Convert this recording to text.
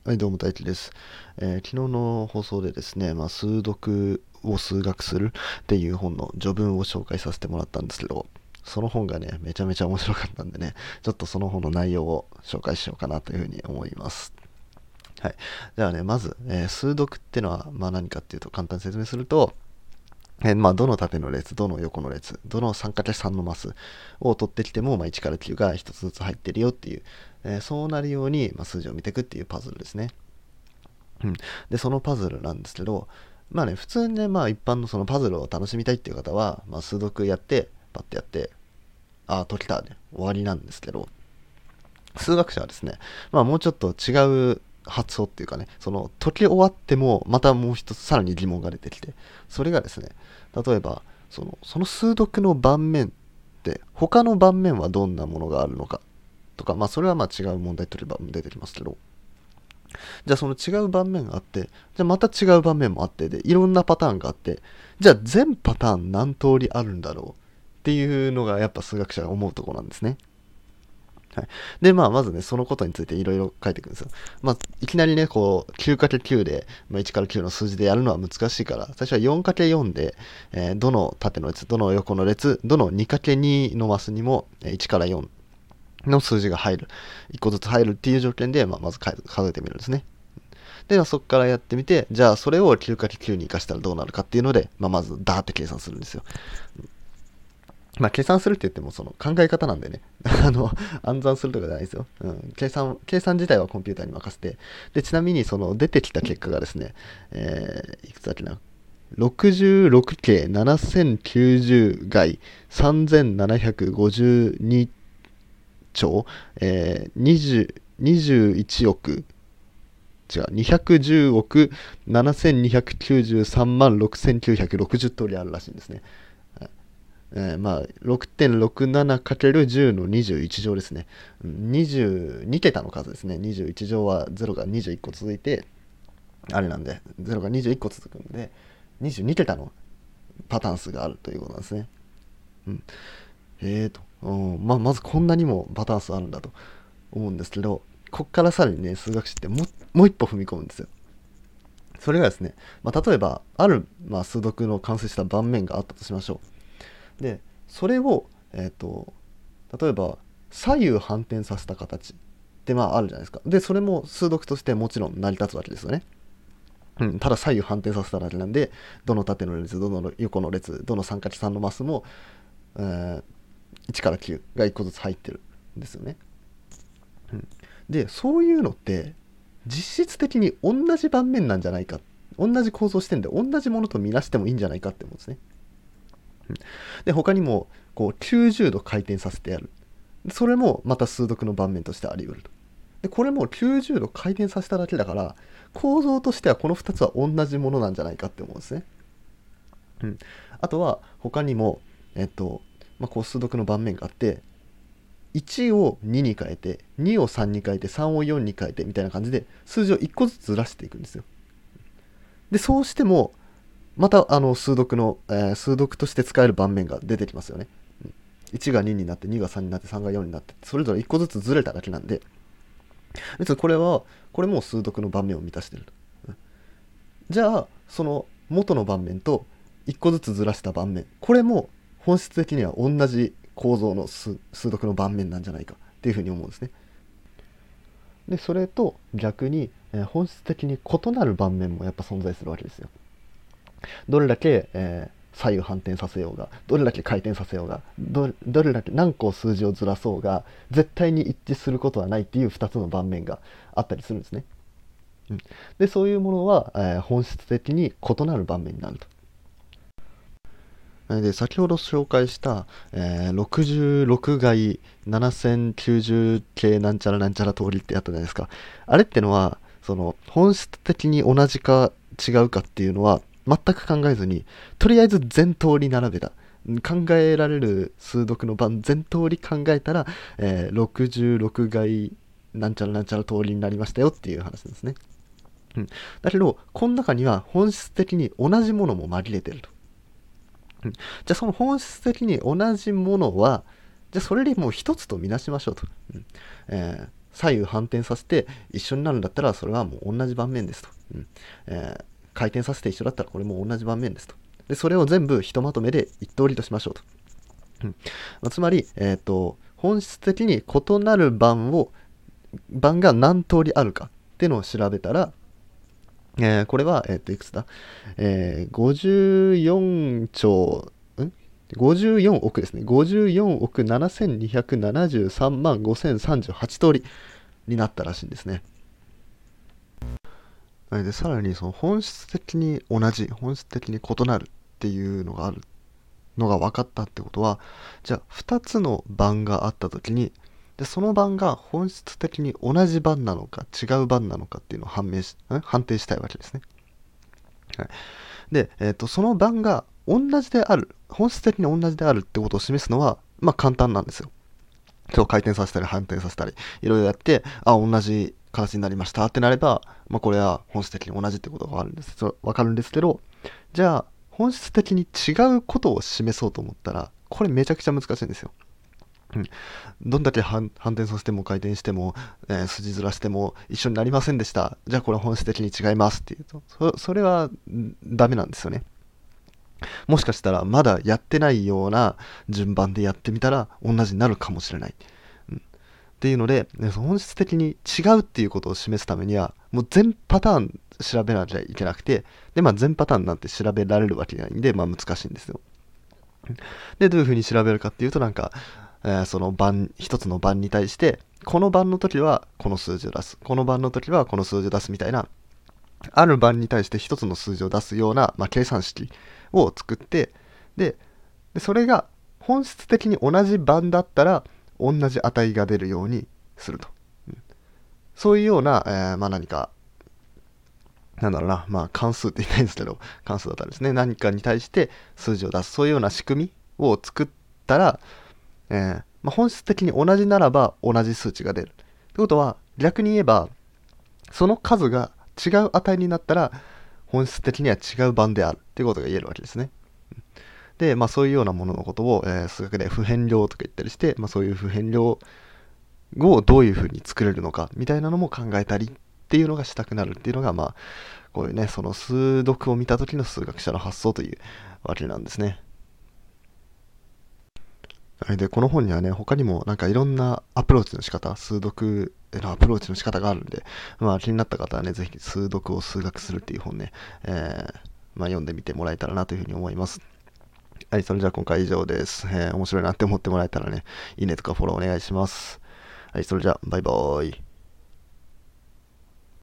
はい、どうも大輝です。昨日の放送でですね、数読を数学するっていう本の序文を紹介させてもらったんですけど、その本がね、めちゃめちゃ面白かったんでね、ちょっとその本の内容を紹介しようかなというふうに思います。はい。ではね、まず、数読ってのは、何かっていうと簡単に説明すると、どの縦の列、どの横の列、どの 3×3 のマスを取ってきても、1から9が1つずつ入ってるよっていう、そうなるように、数字を見ていくっていうパズルですね。で、そのパズルなんですけど、普通にね、一般のそのパズルを楽しみたいっていう方は、数読やって、パッてやって、解けたで終わりなんですけど、数学者はですね、もうちょっと違う発想っていうかね、その解き終わっても、またもう一つさらに疑問が出てきて、それがですね、例えば、その数読の盤面って、他の盤面はどんなものがあるのかとか、それは違う問題取れば出てきますけど、じゃあその違う盤面があって、じゃあまた違う盤面もあって、で、いろんなパターンがあって、じゃあ全パターン何通りあるんだろうっていうのがやっぱ数学者が思うところなんですね。はい。で、まずね、そのことについていろいろ書いていくんですよ。いきなりね、こう、9×9 で、1から9の数字でやるのは難しいから、最初は 4×4 で、どの縦の列、どの横の列、どの 2×2 のマスにも、1から4の数字が入る。1個ずつ入るっていう条件で、まず数えてみるんですね。で、そこからやってみて、じゃあそれを 9×9 に活かしたらどうなるかっていうので、まずダーって計算するんですよ。計算するって言ってもその考え方なんでね暗算するとかじゃないですよ。計算自体はコンピューターに任せて、で、ちなみにその出てきた結果がですね、いくつだっけな、66系7090外3752兆、21億、違う、210億7293万6960通りあるらしいんですね。6.67×10 の21乗ですね。22桁の数ですね。21乗は0が21個続いて、あれなんで、0が21個続くんで、22桁のパターン数があるということなんですね。うん。まずこんなにもパターン数あるんだと思うんですけど、こっからさらにね、数学史ってもう一歩踏み込むんですよ。それがですね、例えば、ある、数読の完成した盤面があったとしましょう。で、それを、例えば、左右反転させた形ってあるじゃないですか。で、それも数読としてもちろん成り立つわけですよね。ただ左右反転させただけなんで、どの縦の列、どの横の列、どの 3×3 のマスも、1から9が1個ずつ入ってるんですよね。で、そういうのって実質的に同じ盤面なんじゃないか、同じ構造してんで同じものと見なしてもいいんじゃないかって思うんですね。で、他にもこう90度回転させてやる。それもまた数読の盤面としてあり得ると。で、これも90度回転させただけだから、構造としてはこの2つは同じものなんじゃないかって思うんですね。あとは他にも、こう数読の盤面があって、1を2に変えて、2を3に変えて、3を4に変えてみたいな感じで数字を1個ずつずらしていくんですよ。で、そうしてもまた数読として使える盤面が出てきますよね。1が2になって、2が3になって、3が4になって、それぞれ1個ずつずれただけなんで、別にこれも数読の盤面を満たしてると。じゃあその元の盤面と1個ずつずらした盤面、これも本質的には同じ構造の数読の盤面なんじゃないかっていうふうに思うんですね。で、それと逆に、本質的に異なる盤面もやっぱ存在するわけですよ。どれだけ、左右反転させようが、どれだけ回転させようが、どれだけ何個数字をずらそうが、絶対に一致することはないっていう2つの盤面があったりするんですね。で、そういうものは、本質的に異なる盤面になると。で、先ほど紹介した、66外7090系なんちゃらなんちゃら通りってやったじゃないですか。あれってのは、その本質的に同じか違うかっていうのは全く考えずに、とりあえず全通り並べた。考えられる数読の番全通り考えたら、66外なんちゃらなんちゃら通りになりましたよっていう話ですね。だけど、この中には本質的に同じものも紛れてると。じゃあその本質的に同じものは、じゃあそれでもう一つとみなしましょうと。 左右反転させて一緒になるんだったらそれはもう同じ盤面ですと、回転させて一緒だったらこれも同じ盤面ですと。でそれを全部ひとまとめで一通りとしましょうと、つまり、本質的に異なる盤が何通りあるかっていうのを調べたら、これは、いくつだ、54兆54億ですね。54億7273万5038通りになったらしいんですね。でさらにその本質的に同じ、本質的に異なるっていうのがあるのが分かったってことは、じゃあ2つの盤があった時に、でその盤が本質的に同じ盤なのか違う盤なのかっていうのを判定したいわけですね。はい、で、その盤が同じである、本質的に同じであるってことを示すのは、簡単なんですよ。今日回転させたり反転させたりいろいろやって、同じ形になりましたってなれば、これは本質的に同じってことがわかるんですけど、じゃあ本質的に違うことを示そうと思ったらこれめちゃくちゃ難しいんですよ。どんだけ反転させても回転しても、筋ずらしても一緒になりませんでした。じゃあこれは本質的に違いますっていうと、それはダメなんですよね。もしかしたらまだやってないような順番でやってみたら同じになるかもしれない、っていうので、本質的に違うっていうことを示すためにはもう全パターン調べなきゃいけなくて、で全パターンなんて調べられるわけないんで、難しいんですよ。でどういうふうに調べるかっていうと、その一つの盤に対してこの盤の時はこの数字を出す、この盤の時はこの数字を出すみたいな、ある盤に対して一つの数字を出すような、計算式を作って、でそれが本質的に同じ盤だったら同じ値が出るようにすると、そういうような、何か関数って言いたいんですけど、関数だったらですね、何かに対して数字を出す、そういうような仕組みを作ったら、本質的に同じならば同じ数値が出る。ってことは逆に言えば、その数が違う値になったら本質的には違う盤であるっていうことが言えるわけですね。で、そういうようなもののことを、数学で普遍量とか言ったりして、そういう普遍量をどういうふうに作れるのかみたいなのも考えたりっていうのがしたくなるっていうのが、こういうね、その数読を見た時の数学者の発想というわけなんですね。でこの本にはね、他にもいろんなアプローチの仕方、数読へのアプローチの仕方があるんで、気になった方はね、ぜひ数読を数学するっていう本ね、読んでみてもらえたらなというふうに思います。はい、それじゃあ今回以上です。面白いなって思ってもらえたらね、いいねとかフォローお願いします。はい、それじゃあバイバーイ。